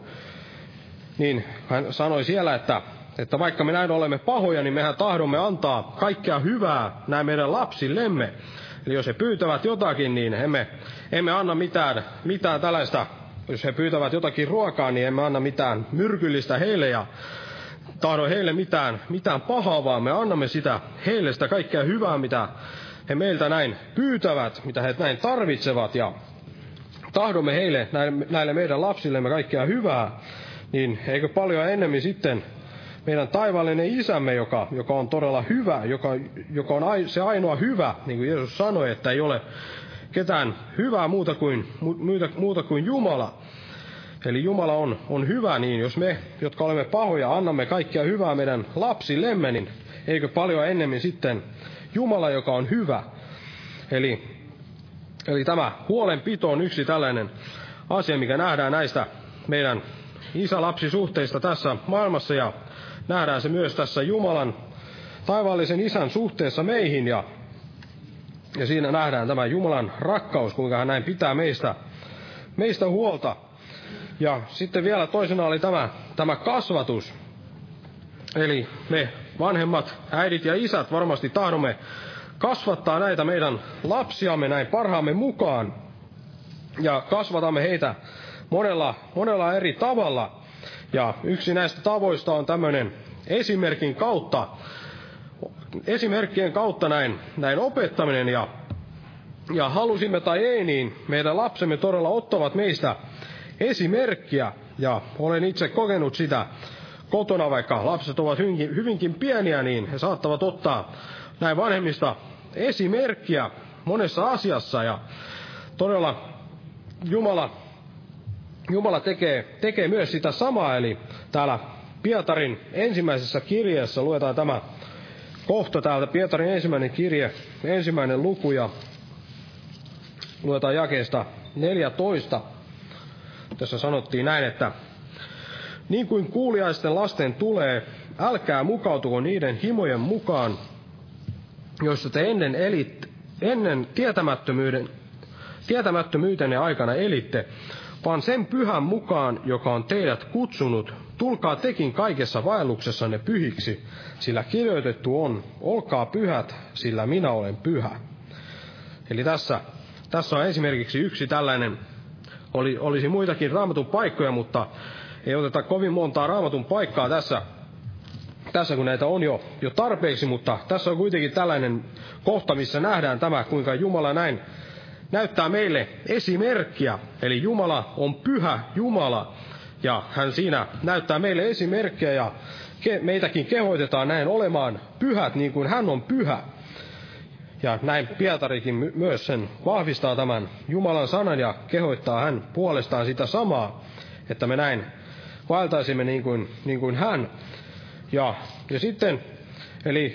Niin hän sanoi siellä, että, että vaikka me näin olemme pahoja, niin mehän tahdomme antaa kaikkea hyvää näin meidän lapsillemme. Eli jos he pyytävät jotakin, niin emme, emme anna mitään, mitään tällaista. Jos he pyytävät jotakin ruokaa, niin emme anna mitään myrkyllistä heille ja tahdo heille mitään, mitään pahaa, vaan me annamme sitä heille sitä kaikkea hyvää, mitä he meiltä näin pyytävät, mitä he näin tarvitsevat, ja tahdomme heille, näille meidän lapsillemme kaikkea hyvää, niin eikö paljon enemmän sitten meidän taivaallinen isämme, joka, joka on todella hyvä, joka, joka on se ainoa hyvä, niin kuin Jeesus sanoi, että ei ole ketään hyvää muuta kuin, muuta, muuta kuin Jumala. Eli Jumala on, on hyvä, niin jos me, jotka olemme pahoja, annamme kaikkea hyvää meidän lapsillemme, niin eikö paljon ennemmin sitten Jumala, joka on hyvä. Eli Eli tämä huolenpito on yksi tällainen asia, mikä nähdään näistä meidän isä-lapsisuhteista tässä maailmassa, ja nähdään se myös tässä Jumalan, taivaallisen Isän suhteessa meihin, ja, ja siinä nähdään tämä Jumalan rakkaus, kuinka hän näin pitää meistä, meistä huolta. Ja sitten vielä toisena oli tämä, tämä kasvatus. Eli me vanhemmat, äidit ja isät varmasti tahdomme kasvattaa näitä meidän lapsiamme näin parhaamme mukaan. Ja kasvatamme heitä monella, monella eri tavalla. Ja yksi näistä tavoista on tämmöinen esimerkin kautta, esimerkkien kautta näin, näin opettaminen. Ja, ja halusimme tai ei, niin meidän lapsemme todella ottavat meistä esimerkkiä. Ja olen itse kokenut sitä kotona, vaikka lapset ovat hyvinkin, hyvinkin pieniä, niin he saattavat ottaa näin vanhemmista esimerkkiä monessa asiassa. Ja todella Jumala, Jumala tekee, tekee myös sitä samaa, eli täällä Pietarin ensimmäisessä kirjeessä luetaan tämä kohta täältä, Pietarin ensimmäinen kirje, ensimmäinen luku, ja luetaan jakeesta neljätoista. Tässä sanottiin näin, että niin kuin kuuliaisten lasten tulee, älkää mukautuko niiden himojen mukaan, joissa te ennen elit, ennen tietämättömyyden, tietämättömyytenne aikana elitte, vaan sen pyhän mukaan, joka on teidät kutsunut, tulkaa tekin kaikessa vaelluksessanne pyhiksi, sillä kirjoitettu on, olkaa pyhät, sillä minä olen pyhä. Eli tässä, tässä on esimerkiksi yksi tällainen, oli, olisi muitakin Raamatun paikkoja, mutta ei oteta kovin montaa Raamatun paikkaa tässä, tässä kun näitä on jo, jo tarpeeksi, mutta tässä on kuitenkin tällainen kohta, missä nähdään tämä, kuinka Jumala näin näyttää meille esimerkkiä. Eli Jumala on pyhä Jumala, ja hän siinä näyttää meille esimerkkiä, ja meitäkin kehoitetaan näin olemaan pyhät, niin kuin hän on pyhä. Ja näin Pietarikin my- myös sen vahvistaa tämän Jumalan sanan, ja kehoittaa hän puolestaan sitä samaa, että me näin vaeltaisimme niin kuin, niin kuin hän. Ja, ja sitten, eli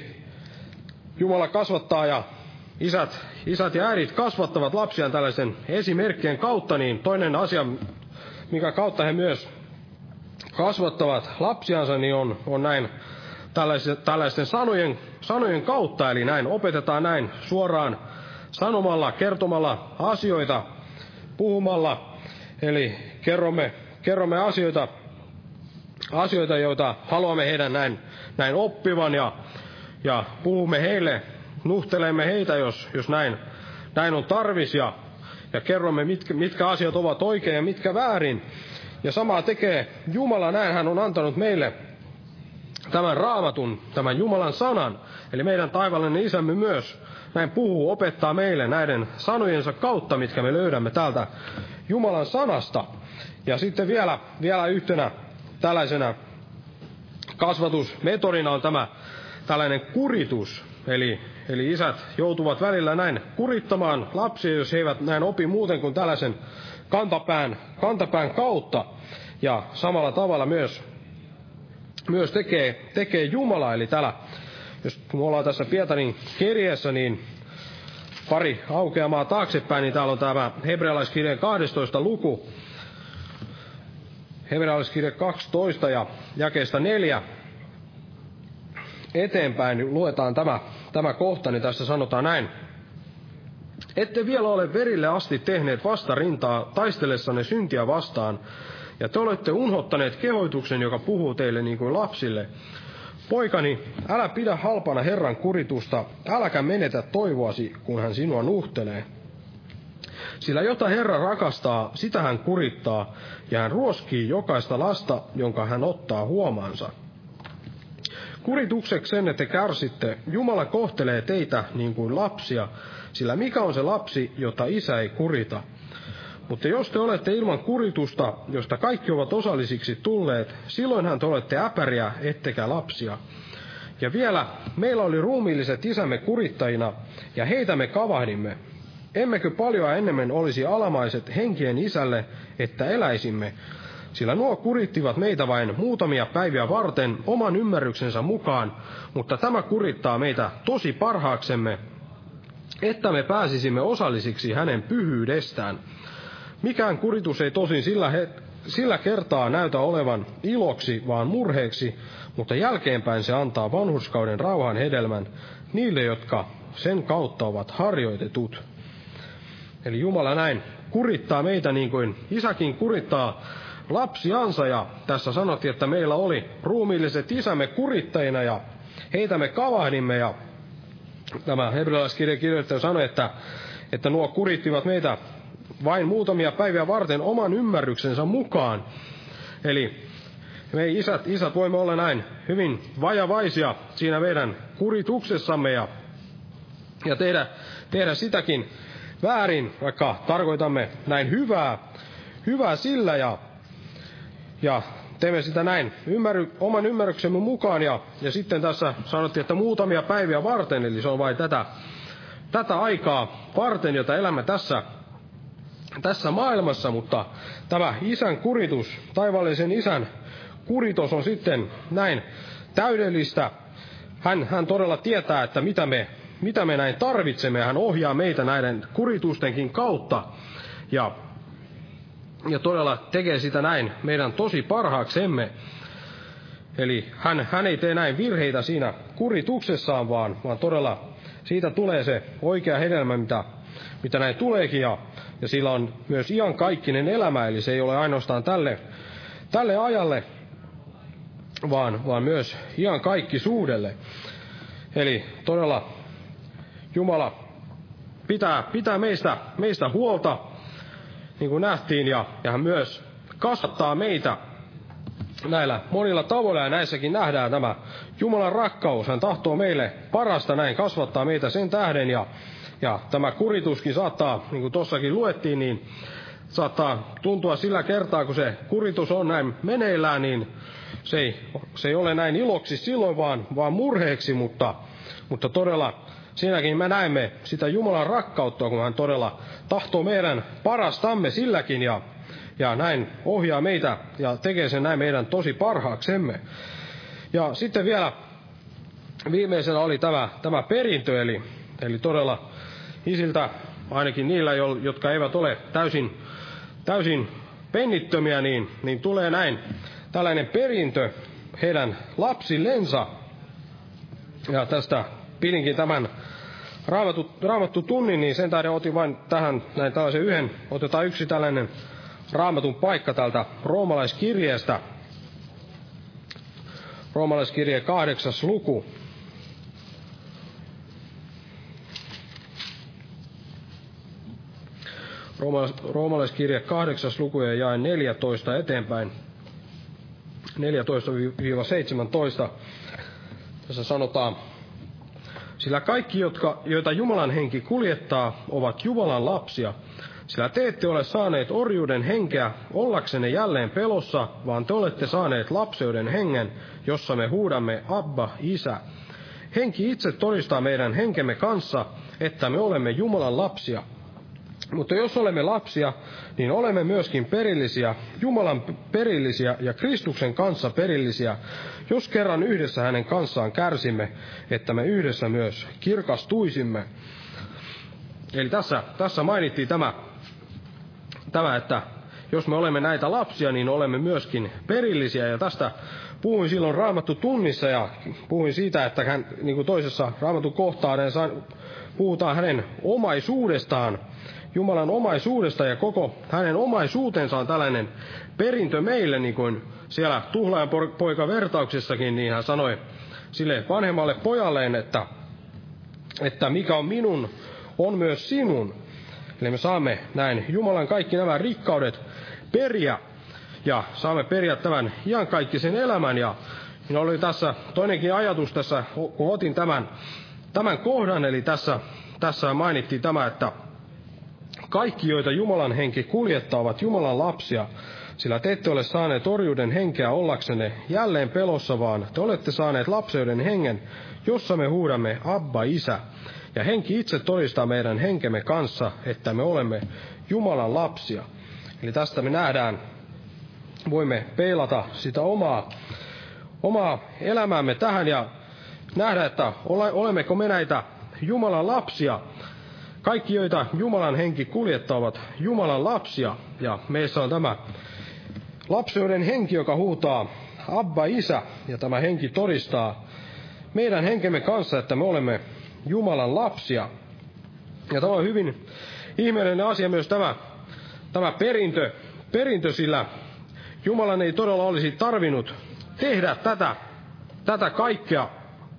Jumala kasvattaa, ja isät, isät ja äidit kasvattavat lapsiaan tällaisen esimerkkien kautta, niin toinen asia, mikä kautta he myös kasvattavat lapsiansa, niin on, on näin tällaisten, tällaisten sanojen, sanojen kautta, eli näin opetetaan näin suoraan sanomalla, kertomalla asioita, puhumalla, eli kerromme, kerromme asioita, asioita, joita haluamme heidän näin, näin oppivan, ja, ja puhumme heille, nuhtelemme heitä, jos, jos näin, näin on tarvis, ja, ja kerromme, mitkä, mitkä asiat ovat oikein ja mitkä väärin. Ja samaa tekee Jumala, näin hän on antanut meille tämän Raamatun, tämän Jumalan sanan, eli meidän taivaallinen Isämme myös näin puhuu, opettaa meille näiden sanojensa kautta, mitkä me löydämme täältä Jumalan sanasta. Ja sitten vielä, vielä yhtenä tällaisena kasvatusmetodina on tämä tällainen kuritus, eli, eli isät joutuvat välillä näin kurittamaan lapsia, jos he eivät näin opi muuten kuin tällaisen kantapään, kantapään kautta. Ja samalla tavalla myös, myös tekee, tekee Jumala, eli täällä, jos me ollaan tässä Pietarin kirjeessä, niin pari aukeamaa taaksepäin, niin täällä on tämä hebrealaiskirjeen kahdestoista luku, hebrealaiskirje kaksitoista ja jakeesta neljä eteenpäin, niin luetaan tämä, tämä kohta, niin tässä sanotaan näin. Ette vielä ole verille asti tehneet vastarintaa taistellessanne syntiä vastaan, ja te olette unhottaneet kehoituksen, joka puhuu teille niin kuin lapsille. Poikani, älä pidä halpana Herran kuritusta, äläkä menetä toivoasi, kun hän sinua nuhtelee. Sillä jota Herra rakastaa, sitä hän kurittaa, ja hän ruoskii jokaista lasta, jonka hän ottaa huomaansa. Kuritukseksenne te kärsitte, Jumala kohtelee teitä niin kuin lapsia, sillä mikä on se lapsi, jota isä ei kurita? Mutta jos te olette ilman kuritusta, josta kaikki ovat osallisiksi tulleet, silloinhan te olette äpäriä, ettekä lapsia. Ja vielä, meillä oli ruumiilliset isämme kurittajina, ja heitä me kavahdimme. Emmekö paljoa enemmän olisi alamaiset henkien isälle, että eläisimme? Sillä nuo kurittivat meitä vain muutamia päiviä varten oman ymmärryksensä mukaan, mutta tämä kurittaa meitä tosi parhaaksemme, että me pääsisimme osallisiksi hänen pyhyydestään. Mikään kuritus ei tosin sillä, he, sillä kertaa näytä olevan iloksi, vaan murheeksi, mutta jälkeenpäin se antaa vanhurskauden rauhan hedelmän niille, jotka sen kautta ovat harjoitetut. Eli Jumala näin kurittaa meitä niin kuin isäkin kurittaa lapsiansa, ja tässä sanottiin, että meillä oli ruumiilliset isämme kurittajina ja heitä me kavahdimme, ja tämä hebrealaiskirjan kirjoittaja sanoi, että, että nuo kurittivat meitä vain muutamia päiviä varten oman ymmärryksensä mukaan. Eli me isät, isät voimme olla näin hyvin vajavaisia siinä meidän kurituksessamme ja, ja tehdä, tehdä sitäkin väärin, vaikka tarkoitamme näin hyvää, hyvää sillä ja, ja teemme sitä näin ymmärry, oman ymmärryksemme mukaan. Ja, ja sitten tässä sanottiin, että muutamia päiviä varten, eli se on vain tätä, tätä aikaa varten, jota elämme tässä, tässä maailmassa, mutta tämä isän kuritus, taivaallisen isän kuritus on sitten näin täydellistä. Hän, hän todella tietää, että mitä me, mitä me näin tarvitsemme, ja hän ohjaa meitä näiden kuritustenkin kautta. Ja, ja todella tekee sitä näin meidän tosi parhaaksemme. Eli hän, hän ei tee näin virheitä siinä kurituksessaan, vaan, vaan todella siitä tulee se oikea hedelmä, mitä, mitä näin tuleekin. Ja, ja sillä on myös iankaikkinen elämä, eli se ei ole ainoastaan tälle, tälle ajalle, vaan, vaan myös iankaikkisuudelle. Eli todella Jumala pitää, pitää meistä, meistä huolta, niin kuin nähtiin, ja, ja hän myös kasvattaa meitä näillä monilla tavoilla, ja näissäkin nähdään tämä Jumalan rakkaus. Hän tahtoo meille parasta näin kasvattaa meitä sen tähden, ja, ja tämä kurituskin saattaa, niin kuin tuossakin luettiin, niin saattaa tuntua sillä kertaa, kun se kuritus on näin meneillään, niin se ei, se ei ole näin iloksi silloin, vaan, vaan murheeksi, mutta, mutta todella siinäkin me näemme sitä Jumalan rakkautta, kun hän todella tahtoo meidän parastamme silläkin, ja, ja näin ohjaa meitä ja tekee sen näin meidän tosi parhaaksemme. Ja sitten vielä viimeisenä oli tämä, tämä perintö, eli, eli todella isiltä, ainakin niillä, jotka eivät ole täysin, täysin pennittömiä, niin, niin tulee näin tällainen perintö heidän lapsillensa. Ja tästä pidinkin tämän raamattu, raamattu tunnin, niin sen tähden otin vain tähän näin tällaisen yhden, otetaan yksi tällainen raamatun paikka täältä roomalaiskirjeestä. Roomalaiskirje kahdeksas luku. Roomalais, roomalaiskirje kahdeksas luku ja jae neljätoista eteenpäin. neljätoista seitsemäntoista. Tässä sanotaan: sillä kaikki, jotka, joita Jumalan henki kuljettaa, ovat Jumalan lapsia. Sillä te ette ole saaneet orjuuden henkeä ollaksenne jälleen pelossa, vaan te olette saaneet lapseuden hengen, jossa me huudamme Abba, Isä. Henki itse todistaa meidän henkemme kanssa, että me olemme Jumalan lapsia. Mutta jos olemme lapsia, niin olemme myöskin perillisiä, Jumalan perillisiä ja Kristuksen kanssa perillisiä, jos kerran yhdessä hänen kanssaan kärsimme, että me yhdessä myös kirkastuisimme. Eli tässä, tässä mainittiin tämä, tämä, että jos me olemme näitä lapsia, niin olemme myöskin perillisiä. Ja tästä puhuin silloin Raamattu tunnissa, ja puhuin siitä, että hän, niin kuin toisessa Raamatun kohtaan, puhutaan hänen omaisuudestaan, Jumalan omaisuudesta, ja koko hänen omaisuutensa on tällainen perintö meille, niin kuin siellä Tuhlaajan poika vertauksessakin, niin hän sanoi sille vanhemmalle pojalleen, että, että mikä on minun, on myös sinun. Eli me saamme näin Jumalan kaikki nämä rikkaudet periä, ja saamme periä tämän iankaikkisen elämän. Ja minulla oli tässä toinenkin ajatus tässä, kun otin tämän, tämän kohdan, eli tässä, tässä mainittiin tämä, että kaikki, joita Jumalan henki kuljettaa, ovat Jumalan lapsia, sillä te ette ole saaneet orjuuden henkeä ollaksenne jälleen pelossa, vaan te olette saaneet lapseuden hengen, jossa me huudamme Abba, Isä. Ja henki itse todistaa meidän henkemme kanssa, että me olemme Jumalan lapsia. Eli tästä me nähdään, voimme peilata sitä omaa, omaa elämäämme tähän ja nähdä, että olemmeko me näitä Jumalan lapsia. kaikki, joita Jumalan henki kuljettaa, ovat Jumalan lapsia. Ja meissä on tämä lapseuden henki, joka huutaa Abba, Isä. Ja tämä henki todistaa meidän henkemme kanssa, että me olemme Jumalan lapsia. Ja tämä on hyvin ihmeellinen asia myös tämä, tämä perintö, perintö, sillä Jumalan ei todella olisi tarvinnut tehdä tätä, tätä kaikkea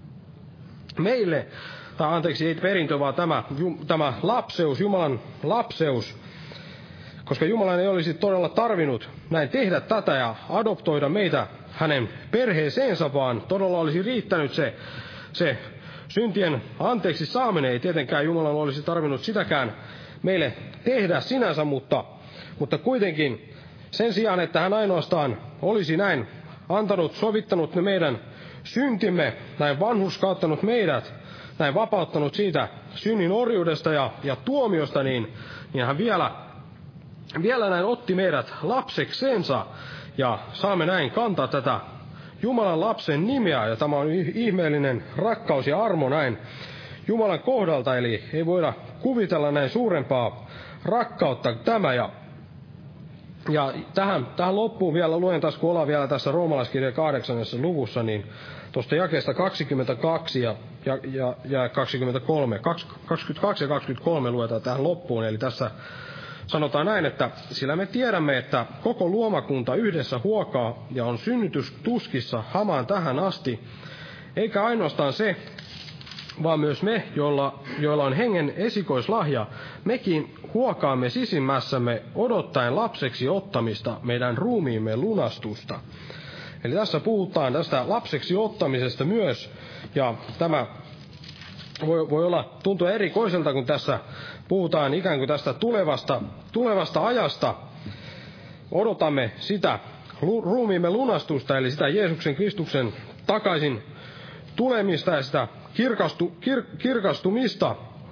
meille, tai anteeksi, ei perintö, vaan tämä, tämä lapseus, Jumalan lapseus, koska Jumalan ei olisi todella tarvinnut näin tehdä tätä ja adoptoida meitä hänen perheeseensä, vaan todella olisi riittänyt se, se syntien anteeksi saaminen. Ei tietenkään Jumalan olisi tarvinnut sitäkään meille tehdä sinänsä, mutta, mutta kuitenkin sen sijaan, että hän ainoastaan olisi näin antanut, sovittanut ne meidän syntimme, näin vanhurskauttanut meidät, näin vapauttanut siitä synnin orjuudesta ja, ja tuomiosta, niin, niin hän vielä, vielä näin otti meidät lapseksensa ja saamme näin kantaa tätä Jumalan lapsen nimeä, ja tämä on ihmeellinen rakkaus ja armo näin Jumalan kohdalta, eli ei voida kuvitella näin suurempaa rakkautta kuin tämä. Ja, ja tähän, tähän loppuun vielä luen taas, kun ollaan vielä tässä roomalaiskirjan kahdeksannessa luvussa, niin tuosta jakeesta kaksikymmentäkaksi ja, ja, ja, ja kaksikymmentäkolme, kaksikymmentäkaksi ja kaksikymmentäkolme luetaan tähän loppuun, eli tässä sanotaan näin, että sillä me tiedämme, että koko luomakunta yhdessä huokaa ja on synnytystuskissa hamaan tähän asti, eikä ainoastaan se, vaan myös me, joilla, joilla on hengen esikoislahja, mekin huokaamme sisimmässämme odottaen lapseksi ottamista, meidän ruumiimme lunastusta. Eli tässä puhutaan tästä lapseksi ottamisesta myös, ja tämä voi, voi olla tuntua erikoiselta, kun tässä puhutaan ikään kuin tästä tulevasta, tulevasta ajasta. Odotamme sitä ruumiimme lunastusta, eli sitä Jeesuksen Kristuksen takaisin tulemista ja sitä kirkastu, kir, kirkastumista.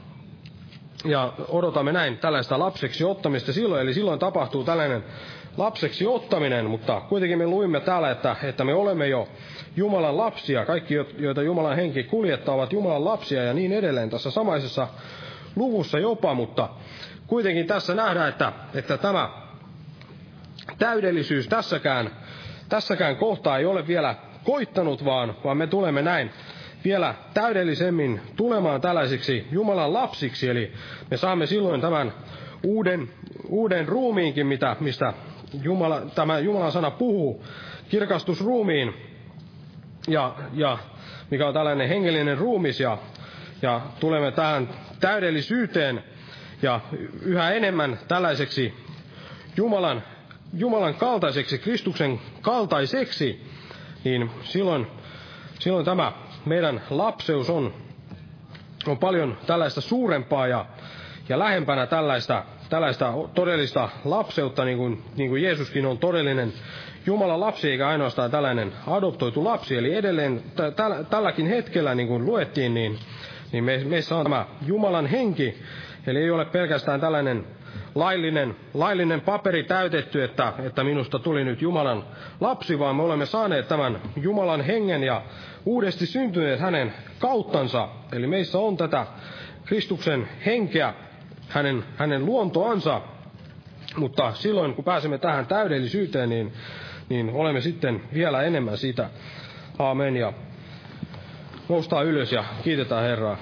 Ja odotamme näin tällaista lapseksi ottamista silloin, eli silloin tapahtuu tällainen lapseksi ottaminen, mutta kuitenkin me luimme täällä, että, että me olemme jo Jumalan lapsia. Kaikki, joita Jumalan henki kuljettaa, ovat Jumalan lapsia ja niin edelleen tässä samaisessa luvussa jopa, mutta kuitenkin tässä nähdään, että, että tämä täydellisyys tässäkään, tässäkään kohtaa ei ole vielä koittanut, vaan, vaan me tulemme näin vielä täydellisemmin tulemaan tällaisiksi Jumalan lapsiksi, eli me saamme silloin tämän uuden, uuden ruumiinkin, mitä, mistä Jumala, tämä Jumalan sana puhuu, kirkastusruumiin, ja, ja mikä on tällainen hengellinen ruumis, ja, ja tulemme tähän täydellisyyteen ja yhä enemmän tällaiseksi Jumalan, Jumalan kaltaiseksi, Kristuksen kaltaiseksi, niin silloin, silloin tämä meidän lapseus on, on paljon tällaista suurempaa ja, ja lähempänä tällaista, tällaista todellista lapseutta, niin kuin, niin kuin Jeesuskin on todellinen Jumalan lapsi, eikä ainoastaan tällainen adoptoitu lapsi. Eli edelleen t- täl, tälläkin hetkellä, niin kuin luettiin, niin, niin me, meissä on tämä Jumalan henki. Eli ei ole pelkästään tällainen laillinen, laillinen paperi täytetty, että, että minusta tuli nyt Jumalan lapsi, vaan me olemme saaneet tämän Jumalan hengen ja uudesti syntyneet hänen kauttansa. Eli meissä on tätä Kristuksen henkeä, hänen, hänen luontoansa, mutta silloin kun pääsemme tähän täydellisyyteen, niin, niin olemme sitten vielä enemmän sitä. Aamen, ja noustaan ylös ja kiitetään Herraa.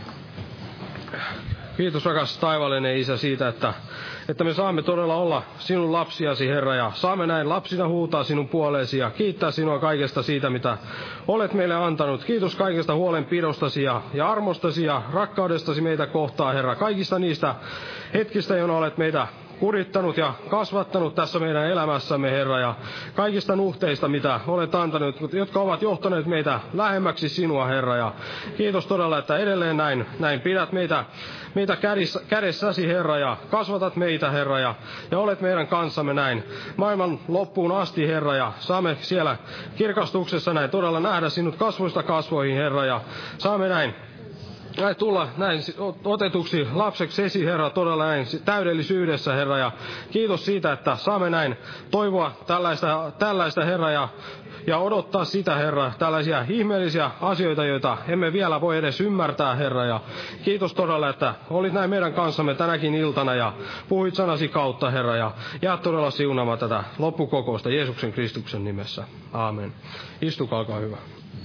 Kiitos rakas taivaallinen Isä siitä, että, että me saamme todella olla sinun lapsiasi, Herra, ja saamme näin lapsina huutaa sinun puoleesi ja kiittää sinua kaikesta siitä, mitä olet meille antanut. Kiitos kaikesta huolenpidostasi ja, ja armostasi ja rakkaudestasi meitä kohtaan, Herra. Kaikista niistä hetkistä, joina olet meitä kurittanut ja kasvattanut tässä meidän elämässämme, Herra, ja kaikista nuhteista, mitä olet antanut, jotka ovat johtaneet meitä lähemmäksi sinua, Herra. Ja kiitos todella, että edelleen näin, näin pidät meitä, meitä kädessä, kädessäsi, Herra, ja kasvatat meitä, Herra, ja, ja olet meidän kanssamme näin maailman loppuun asti, Herra, ja saamme siellä kirkastuksessa näin todella nähdä sinut kasvoista kasvoihin, Herra, ja saamme näin näin tulla näin otetuksi lapseksesi, Herra, todella näin täydellisyydessä, Herra, ja kiitos siitä, että saamme näin toivoa tällaista, tällaista Herra, ja, ja odottaa sitä, Herra, tällaisia ihmeellisiä asioita, joita emme vielä voi edes ymmärtää, Herra, ja kiitos todella, että olit näin meidän kanssamme tänäkin iltana, ja puhuit sanasi kautta, Herra, ja jää todella siunaamaan tätä loppukokousta Jeesuksen Kristuksen nimessä. Aamen. Istukaa, olkaa hyvä.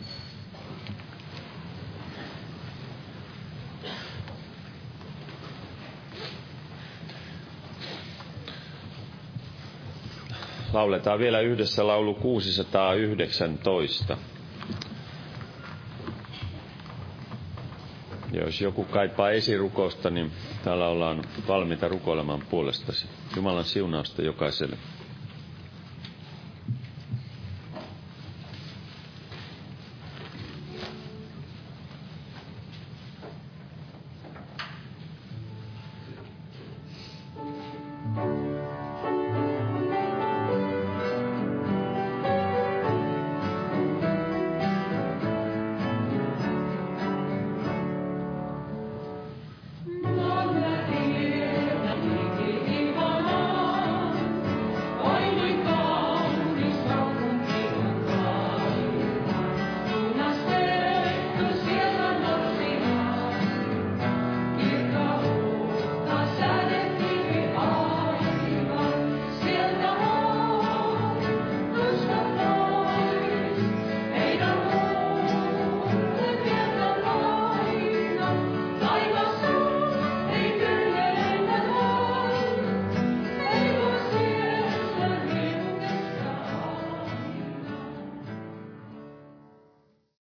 Lauletaan vielä yhdessä laulu kuusisataayhdeksäntoista. Ja jos joku kaipaa esirukousta, niin täällä ollaan valmiita rukoilemaan puolestasi. Jumalan siunausta jokaiselle.